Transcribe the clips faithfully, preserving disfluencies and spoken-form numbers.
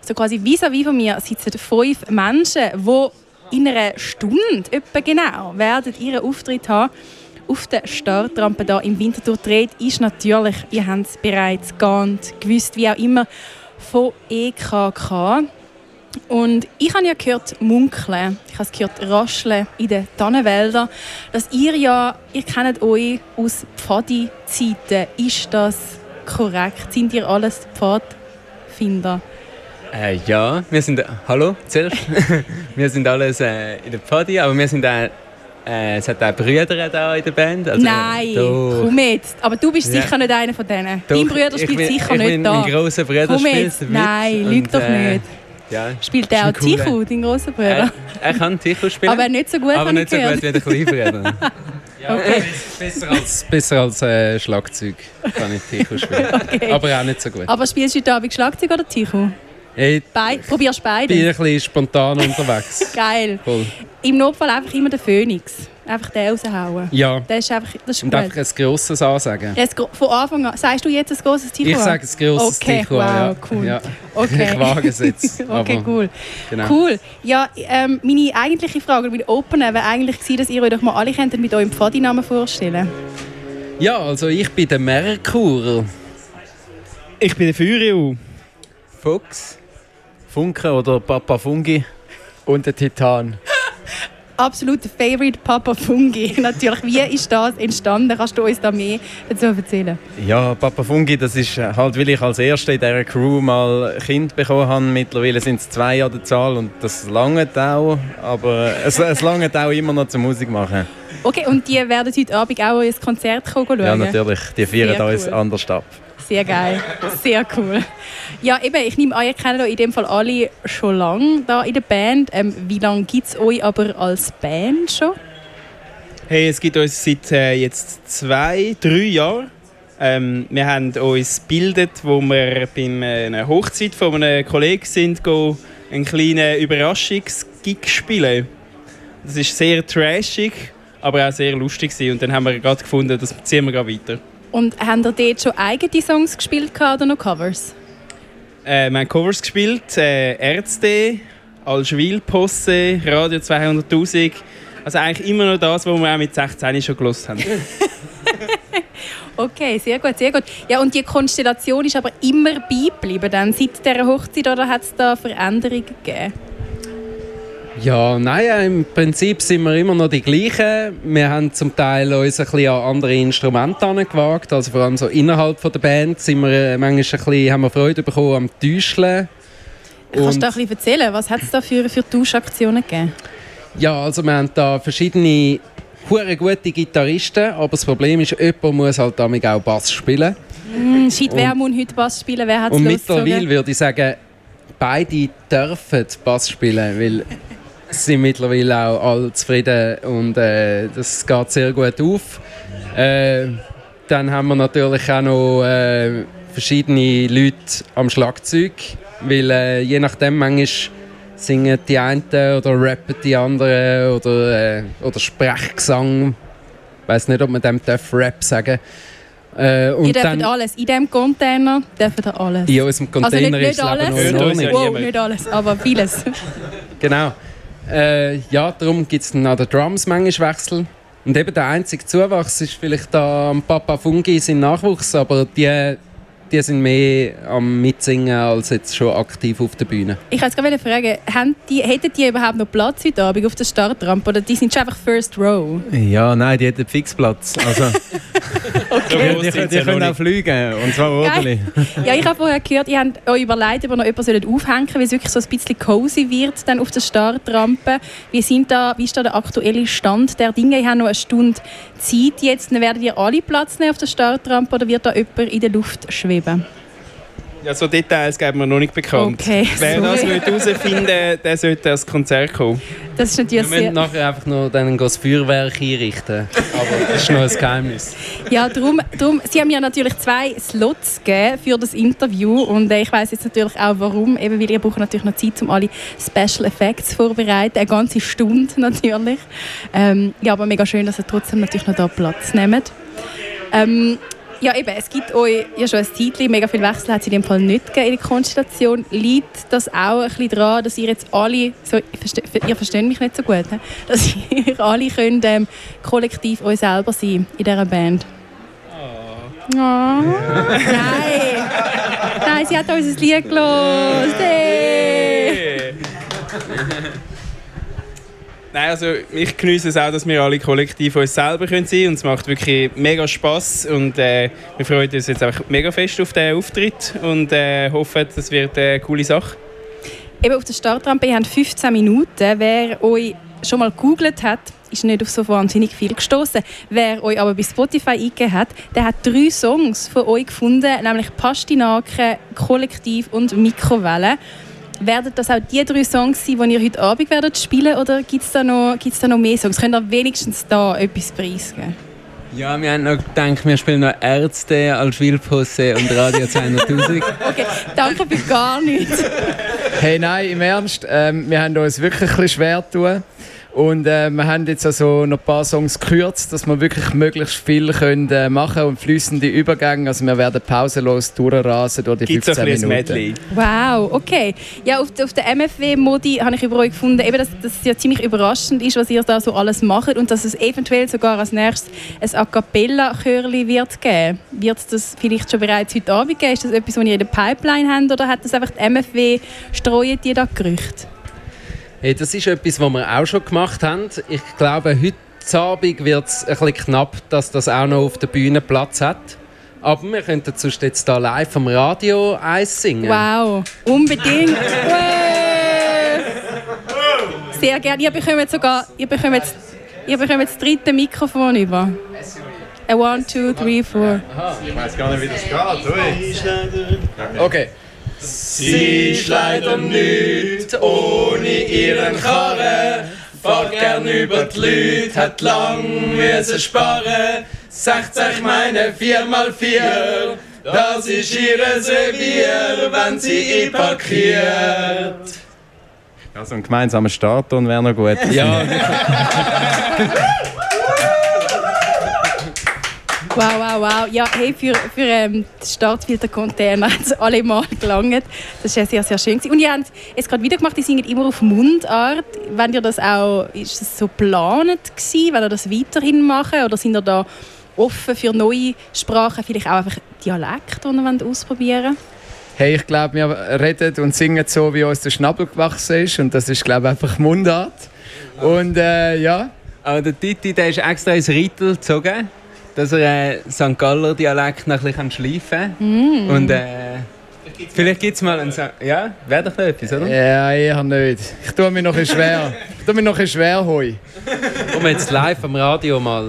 so quasi vis-à-vis von mir sitzen fünf Menschen, die in einer Stunde etwa genau werden ihren Auftritt haben. Auf der Startrampe hier im Winterthur dreht ist natürlich, ihr habt es bereits geahnt, gewusst, wie auch immer, von E K K. Und ich habe ja gehört munkeln, ich habe es gehört rascheln in den Tannenwäldern, dass ihr ja, ihr kennt euch aus Pfadi-Zeiten. Ist das korrekt? Sind ihr alles Pfadfinder? Äh, ja, wir sind, hallo, zuerst. Wir sind alles äh, in der Pfadi, aber wir sind auch, äh, es hat auch Brüder da in der Band. Also, Nein, doch. Komm jetzt. Aber du bist ja. sicher nicht einer von denen. Doch, Dein Bruder spielt bin, sicher ich nicht bin, da. Mein grosser Bruder komm spielt jetzt. mit. Nein, lüg doch äh, nicht. Ja, spielt der auch Tichu, dein grosser Bruder? Er, er kann Tichu spielen. Aber nicht so gut, aber nicht so gut wie der kleine Bruder. Ja, okay. Besser als, besser als äh, Schlagzeug kann ich Tichu spielen. Okay. Aber auch nicht so gut. Aber spielst du heute Abend Schlagzeug oder Tichu? Hey, Be- Probierst du beides? Ich bin ein bisschen spontan unterwegs. Geil. Cool. Im Notfall einfach immer den Phönix. Einfach den raushauen. Ja. Das ist einfach, das ist und gut. einfach ein grosses ansagen. Ja, von Anfang an. Sagst du jetzt ein grosses Tichu? Ich sage ein grosses okay, Tichu. Wow, ja. cool. Ja. Okay. Ich wage es jetzt. Okay, cool. Genau. Cool. Ja, ähm, meine eigentliche Frage, mein Opener, wäre eigentlich gewesen, dass ihr euch doch mal alle könntet mit eurem Pfadi-Namen vorstellen. Ja, also ich bin der Merkur. Ich bin der Furio. Fuchs, Funke oder Papa Fungi und der Titan. Absoluter Favorite Papa Fungi. Natürlich, wie ist das entstanden? Kannst du uns da mehr dazu erzählen? Ja, Papa Fungi, das ist halt, weil ich als Erster in dieser Crew mal Kind bekommen habe. Mittlerweile sind es zwei an der Zahl und das langt auch. Aber es, es langt auch immer noch zur Musik machen. Okay, und die werden heute Abend auch ein Konzert schauen? Ja, natürlich. Die feiern Sehr uns cool. anders ab. Sehr geil, sehr cool. Ja, eben, ich nehme an, ihr kennt euch in dem Fall alle schon lange da in der Band. Ähm, wie lange gibt es euch aber als Band schon? Hey, es gibt uns seit äh, jetzt zwei, drei Jahren. Ähm, wir haben uns gebildet, wo wir bei einer Hochzeit von einem Kollegen sind, go einen kleinen Überraschungsgig spielen. Das ist sehr trashig, aber auch sehr lustig gewesen. Und dann haben wir gerade gefunden, das ziehen wir gerade weiter. Und haben ihr dort schon eigene Songs gespielt oder noch Covers? Äh, wir haben Covers gespielt, äh, Ärzte, Alschwil, Posse, Radio zweihunderttausend. Also eigentlich immer noch das, was wir auch mit sechzehn schon gehört haben. Okay, sehr gut, sehr gut. Ja, und die Konstellation ist aber immer beigeblieben dann seit dieser Hochzeit, oder hat es da Veränderungen gegeben? Ja, nein, im Prinzip sind wir immer noch die gleichen. Wir haben zum Teil uns ein bisschen an andere Instrumente angewagt. Also vor allem so innerhalb der Band sind wir manchmal ein bisschen, haben wir Freude bekommen am Täuscheln. Kannst du da ein bisschen erzählen, was hat es da für, für Tauschaktionen gegeben? Ja, also wir haben da verschiedene hure gute Gitarristen, aber das Problem ist, jemand muss halt damit auch Bass spielen. Mm, Shit, wer muss heute Bass spielen? Wer hat es Und losgezogen? mittlerweile würde ich sagen, beide dürfen Bass spielen, weil sie sind mittlerweile auch alle zufrieden und äh, das geht sehr gut auf. Äh, dann haben wir natürlich auch noch äh, verschiedene Leute am Schlagzeug, weil äh, je nachdem manchmal singen die einen oder rappen die anderen oder, äh, oder Sprechgesang. Ich weiss nicht, ob man dem Rap sagen darf. Äh, Ihr dürft alles. In diesem Container dürft ihr alles. In unserem Container also nicht, ist nicht das Leben alles. noch in Ordnung. Wow, nicht alles, aber vieles. Genau. Äh, ja, darum gibt es dann an den Drums manchmal Wechsel. Und eben der einzige Zuwachs ist vielleicht da am Papa Fungi, sein Nachwuchs, aber die, die sind mehr am Mitsingen als jetzt schon aktiv auf der Bühne. Ich wollte gerade fragen, haben die, hätten die überhaupt noch Platz heute Abend auf der Startrampe oder die sind schon einfach First Row? Ja, nein, die hätten Fixplatz. Also, okay. die, die, die können auch fliegen, und zwar ordentlich. Ja, ich habe vorher gehört, ihr habt euch überlegt, ob ihr noch jemanden aufhängen sollt, weil es wirklich so ein bisschen cozy wird dann auf der Startrampe. Wie, sind da, wie ist da der aktuelle Stand der Dinge? Ich habe noch eine Stunde Zeit jetzt. Werden ihr alle Platz nehmen auf der Startrampe oder wird da jemand in der Luft schweben? Ja, so Details geben wir noch nicht bekannt. Okay, wer das herausfinden will, der sollte ans Konzert kommen. Das ist natürlich Wir müssen nachher einfach noch dann das Feuerwerk einrichten. Aber das ist noch ein Geheimnis. Ja, darum, darum, Sie haben ja natürlich zwei Slots gegeben für das Interview und äh, ich weiss jetzt natürlich auch warum, eben weil ihr braucht natürlich noch Zeit, um alle Special Effects vorzubereiten, eine ganze Stunde natürlich. Ähm, ja, aber mega schön, dass ihr trotzdem natürlich noch da Platz nehmt. Ähm, Ja, eben, es gibt euch ja schon ein Zeitchen, mega viel Wechsel hat es in dem Fall nicht gegeben in der Konstellation. Liegt das auch ein bisschen daran, dass ihr jetzt alle, so, verste, ihr versteht mich nicht so gut, he? Dass ihr alle könnt, ähm, kollektiv euch selber sein in dieser Band? Oh. Oh. Ja. Nein! Nein, sie hat uns ein Lied gehört! Hey. Nein, also ich genieße es auch, dass wir alle kollektiv uns selber sein können. Und es macht wirklich mega Spass. Und äh, wir freuen uns jetzt einfach mega fest auf den Auftritt und äh, hoffen, das wird eine coole Sache. Eben auf der Startrampe, ihr habt fünfzehn Minuten. Wer euch schon mal gegoogelt hat, ist nicht auf so wahnsinnig viel gestoßen. Wer euch aber bei Spotify eingegeben hat, der hat drei Songs von euch gefunden, nämlich Pastinaken, Kollektiv und Mikrowelle. Werden das auch die drei Songs sein, die ihr heute Abend werdet spielen, oder gibt es da, da noch mehr Songs? Könnt ihr wenigstens da etwas preisgeben? Ja, wir haben noch gedacht, wir spielen noch Ärzte, als Wildposse und Radio zweihunderttausend. Okay, danke für gar nichts. Hey, nein, im Ernst, ähm, wir haben uns wirklich ein bisschen schwer getan. Und äh, wir haben jetzt also noch ein paar Songs gekürzt, dass wir wirklich möglichst viel können, äh, machen können und fließende Übergänge. Also wir werden pausenlos durchrasen durch die Gibt's fünfzehn ein Minuten. Medley? Wow, okay. Ja, auf, auf der M F W-Modi habe ich über euch gefunden, eben, dass das ja ziemlich überraschend ist, was ihr da so alles macht und dass es eventuell sogar als nächstes ein A Cappella-Chörli wird geben. Wird es das vielleicht schon bereits heute Abend geben? Ist das etwas, was ihr in der Pipeline habt, oder hat das einfach die M F W, streuen die da Gerüchte? Hey, das ist etwas, was wir auch schon gemacht haben. Ich glaube, heute Abend wird es ein bisschen knapp, dass das auch noch auf der Bühne Platz hat. Aber wir könnten sonst jetzt hier live am Radio eins singen. Wow, unbedingt. Sehr gerne. Ihr bekommt sogar ihr bekommt, ihr bekommt das dritte Mikrofon über. A one, two, three, four. Ich weiß gar nicht, wie das geht. Okay. Sie ist leider nicht ohne ihren Karren. Fahrt gern über die Leute, hat lang müssen sparen. sechzig meine vier mal vier, das ist ihr Revier, wenn sie einparkiert. Ja, so ein gemeinsamer Startton wäre noch gut. Ja, Wow, wow, wow. Ja, hey, für, für ähm, den Startfilter-Container hat es alle mal gelangt. Das war sehr, sehr schön. Und ihr habt es gerade wieder gemacht, ihr singt immer auf Mundart. Wenn ihr das auch, ist das so geplant gewesen, wenn ihr das weiterhin machen? Oder sind ihr da offen für neue Sprachen, vielleicht auch einfach Dialekt, die ihr ausprobieren wollt? Hey, ich glaube, wir reden und singen so, wie uns der Schnabel gewachsen ist. Und das ist, glaube ich, einfach Mundart. Und äh, ja. aber der Titi, der ist extra ins Rittel gezogen, dass er äh, Sankt Galler Dialekt noch ein bisschen schleifen kann. Mm. Und äh, vielleicht gibt es mal einen Sa- ja, wäre doch noch etwas, oder? Ja, eher nicht. Ich tue mich noch ein bisschen schwer. Ich tue mich noch ein bisschen schwer heute. Komm jetzt live am Radio mal.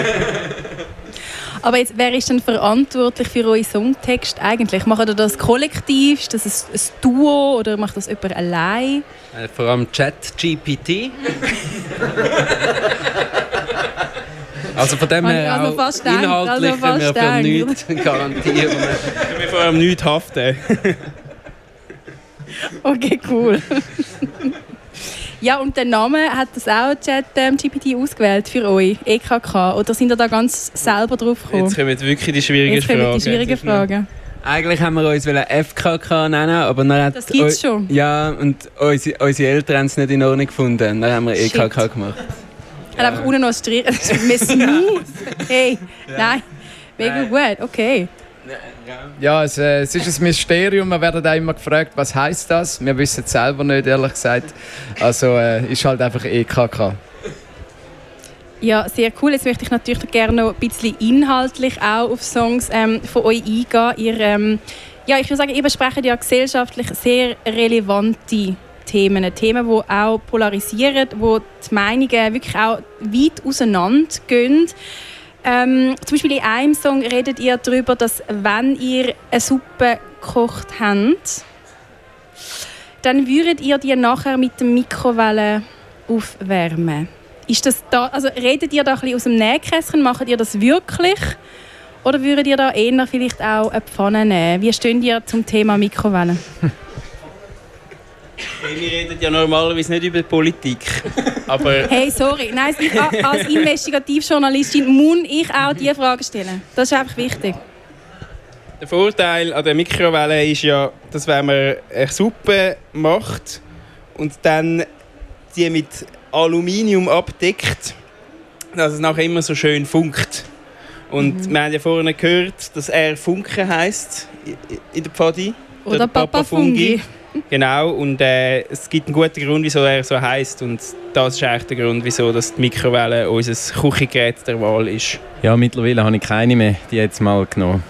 Aber jetzt, wer ist denn verantwortlich für euren Songtext eigentlich? Macht ihr das kollektiv? Ist das ein, ein Duo oder macht das jemand allein? Äh, vor allem ChatGPT. Also von dem her Also auch fast denkt, inhaltlich also können wir fast für denkt. nichts garantieren. Wir vor allem nichts haften. Okay, cool. Ja, und den Namen hat das auch ChatGPT ausgewählt für euch, E K K? Oder sind ihr da ganz selber drauf gekommen? Jetzt kommen wirklich die schwierigen Jetzt kommen Fragen. die schwierigen Fragen. Eigentlich haben wir uns F K K nennen, aber dann hat Das gibt's schon. Ja, und unsere, unsere Eltern haben es nicht in Ordnung gefunden. Dann haben wir E K K Shit. gemacht. Hat einfach unten noch ein Strich. Das ist mir smooth. Hey, nein. Mega gut, okay. Ja, es, äh, es ist ein Mysterium. Wir werden auch immer gefragt, was heisst das? Wir wissen es selber nicht, ehrlich gesagt. Also äh, ist halt einfach E K K. Ja, sehr cool. Jetzt möchte ich natürlich gerne noch ein bisschen inhaltlich auch auf Songs ähm, von euch eingehen. Ihr, ähm, ja, ich würde sagen, ihr besprecht ja gesellschaftlich sehr relevante Themen. Themen, die auch polarisieren, wo die Meinungen wirklich auch weit auseinander gehen. Ähm, zum Beispiel in einem Song redet ihr darüber, dass wenn ihr eine Suppe gekocht habt, dann würdet ihr die nachher mit der Mikrowelle aufwärmen. Ist das da, also redet ihr da ein bisschen aus dem Nähkästchen, macht ihr das wirklich? Oder würdet ihr da eher vielleicht auch eine Pfanne nehmen? Wie steht ihr zum Thema Mikrowelle? Hey, wir reden ja normalerweise nicht über Politik. Aber Hey, sorry. Nein, ich, als Investigativjournalistin muss ich auch diese Frage stellen. Das ist einfach wichtig. Der Vorteil an der Mikrowelle ist ja, dass wenn man eine Suppe macht und dann die mit Aluminium abdeckt, dass es nachher immer so schön funkt. Und mhm. wir haben ja vorhin gehört, dass er Funke heisst in der Pfadi. Oder, Oder Papa Fungi. Genau, und äh, es gibt einen guten Grund, wieso er so heisst. Und das ist eigentlich der Grund, wieso dass die Mikrowelle unser Küchengerät der Wahl ist. Ja, mittlerweile habe ich keine mehr, die jetzt mal genommen.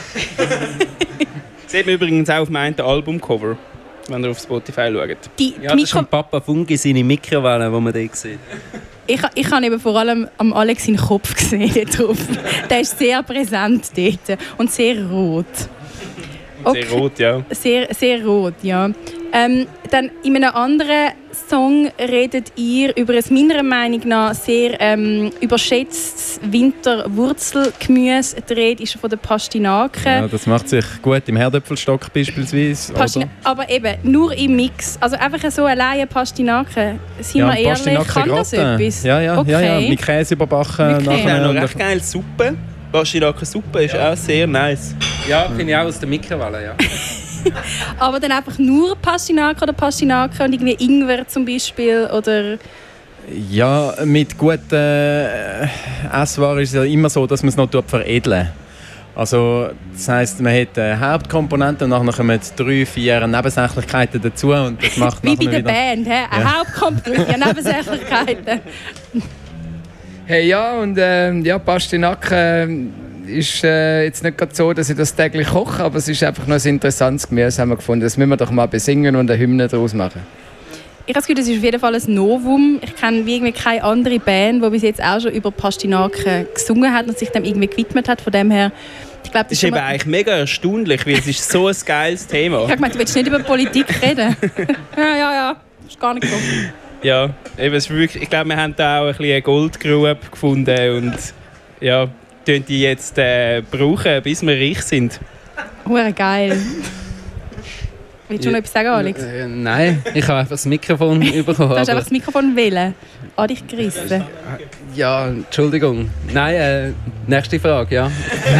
Sieht man übrigens auch auf meinem Albumcover, wenn ihr auf Spotify schaut. Die, ja, das ist ein Papa Fungi seine Mikrowelle, die man dort sieht. Ich, ich habe eben vor allem am Alex seinen Kopf gesehen dort drauf. Der ist sehr präsent dort und sehr rot. Okay. Sehr rot, ja. Sehr, sehr rot, ja. Ähm, dann in einem anderen Song redet ihr über ein meiner Meinung nach sehr ähm, überschätztes Winterwurzelgemüse. Die Rede ist von den Pastinaken. Ja, das macht sich gut im Herdöpfelstock beispielsweise. Pastina- aber eben nur im Mix. Also einfach so alleine Pastinaken. Sind ja, wir ehrlich, kann das etwas? Ja, ja, okay. ja, ja. Mit Käse überbacken. Mit Käse. Nachher noch recht geil Suppe. Pastinakensuppe ist ja auch sehr nice. Ja, finde ich auch aus der Mikrowelle, ja. Aber dann einfach nur Pastinaken oder Pastinaken und irgendwie Ingwer zum Beispiel oder... Ja, mit guten äh, Esswaren ist es ja immer so, dass man es noch veredeln. Also das heisst, man hat eine Hauptkomponente und nachher kommen drei, vier Nebensächlichkeiten dazu und das macht wie bei der wieder... Band, he? Eine ja. Hauptkomponente, Nebensächlichkeiten. Hey, ja, und äh, ja, Pastinaken ist äh, jetzt nicht gerade so, dass ich das täglich koche, aber es ist einfach noch ein interessantes Gemüse, haben wir gefunden. Das müssen wir doch mal besingen und eine Hymne daraus machen. Ich habe das Gefühl, das ist auf jeden Fall ein Novum. Ich kenne irgendwie keine andere Band, die bis jetzt auch schon über Pastinaken gesungen hat und sich dem irgendwie gewidmet hat. Von dem her, ich glaube, das, das ist eben eigentlich mega erstaunlich, weil es ist so ein geiles Thema. Ich habe gemeint, du willst nicht über Politik reden. ja, ja, ja. Das ist gar nicht so. Ja, eben, es ist wirklich, ich glaube, wir haben da auch ein bisschen eine Goldgrube gefunden und ja, tun die jetzt äh, brauchen, bis wir reich sind. Hure geil. Willst du noch etwas sagen, Alex? Äh, nein, ich habe einfach das Mikrofon bekommen. Du hast einfach das Mikrofon wählen. An dich gerissen. Ja, Entschuldigung. Nein, äh, nächste Frage, ja.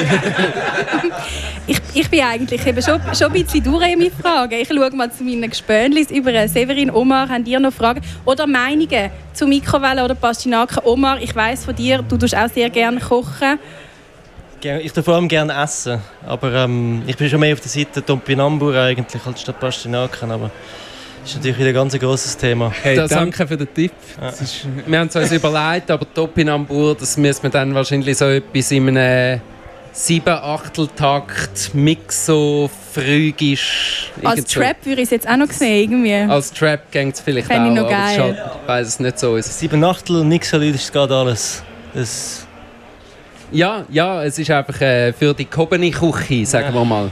ich, ich bin eigentlich eben schon, schon ein bisschen durch in meine Fragen. Ich schaue mal zu meinen Gespönlis über Severin, Omar. Habt ihr noch Fragen? Oder Meinungen zu Mikrowellen oder Pastinaken? Omar, ich weiss von dir, du tust auch sehr gerne kochen. Ich tue vor allem gerne essen, aber ähm, ich bin schon mehr auf der Seite Topinambur eigentlich als statt Pastinaken, aber das ist natürlich wieder ein ganz grosses Thema. Hey, danke für den Tipp. Ja. Ist, wir haben es uns überlegt, aber Topinambur, das müssen wir dann wahrscheinlich so etwas in einem sieben-Achtel-Takt Mixo frügisch. Als Trap würde ich es jetzt auch noch sehen, irgendwie. Als Trap geht es vielleicht Fände auch, ich noch aber geil. halt, ich weiss es nicht so ist. Sieben-Achtel, Mixo-Lied ist gerade alles. Das Ja, ja, es ist einfach äh, für die gehobene Küche, sagen wir mal.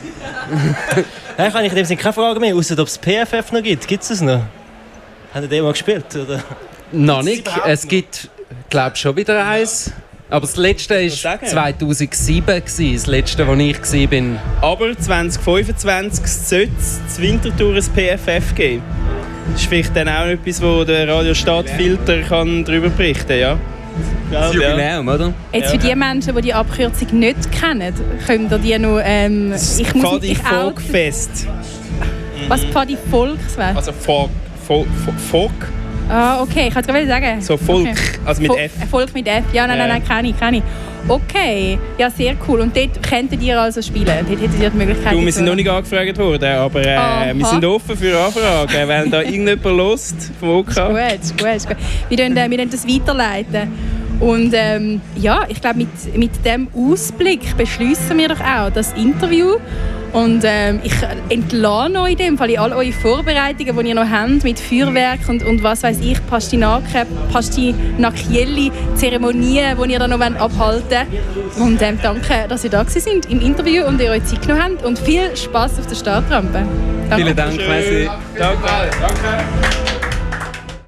Nein, kann ich in dem Sinne keine Frage mehr, außer ob es P F F noch gibt. Gibt es es noch? Habt ihr den mal gespielt? Oder? Noch nicht. Es gibt, glaube ich, schon wieder eins. Aber das letzte war zweitausendsieben, das letzte, wo ich war. Aber zwanzig fünfundzwanzig sollte es zu Winterthur ein P F F geben. Das ist vielleicht dann auch etwas, wo der Radio Stadtfilter kann darüber berichten kann, ja? Das Jubiläum, oder? Jetzt für die Menschen, die die Abkürzung nicht kennen, können ihr die noch... Ähm, das ich muss Pfadi Folkfest. Was Pfadi Volksfest? Also Folk. Folk. Folk. Ah, okay, ich wollte gerade sagen. So Volk, okay. also mit Fol- F. Volk mit F, ja, nein, ja. nein, nein, kenne ich, kenne ich. Okay, ja, sehr cool. Und dort könntet ihr also spielen? Dort hättet ihr die Möglichkeit... Du, wir sind noch nicht angefragt worden, aber äh, wir sind offen für Anfragen. Wenn da irgendjemand Lust vom O K. Ist gut, ist gut, ist gut. Wir können, äh, wir können das weiterleiten. Und ähm, ja, ich glaube, mit, mit diesem Ausblick beschließen wir doch auch das Interview. Und ähm, ich entlasse euch in dem Fall in all eure Vorbereitungen, die ihr noch habt, mit Feuerwerk und, und was weiß ich, Pastinaken, Pastinakielli, Zeremonien, die ihr da noch abhalten wollt. Und ähm, danke, dass ihr da sind im Interview und ihr euch Zeit genommen habt. Und viel Spass auf der Startrampe. Danke. Vielen Dank, Messi. Danke. Danke.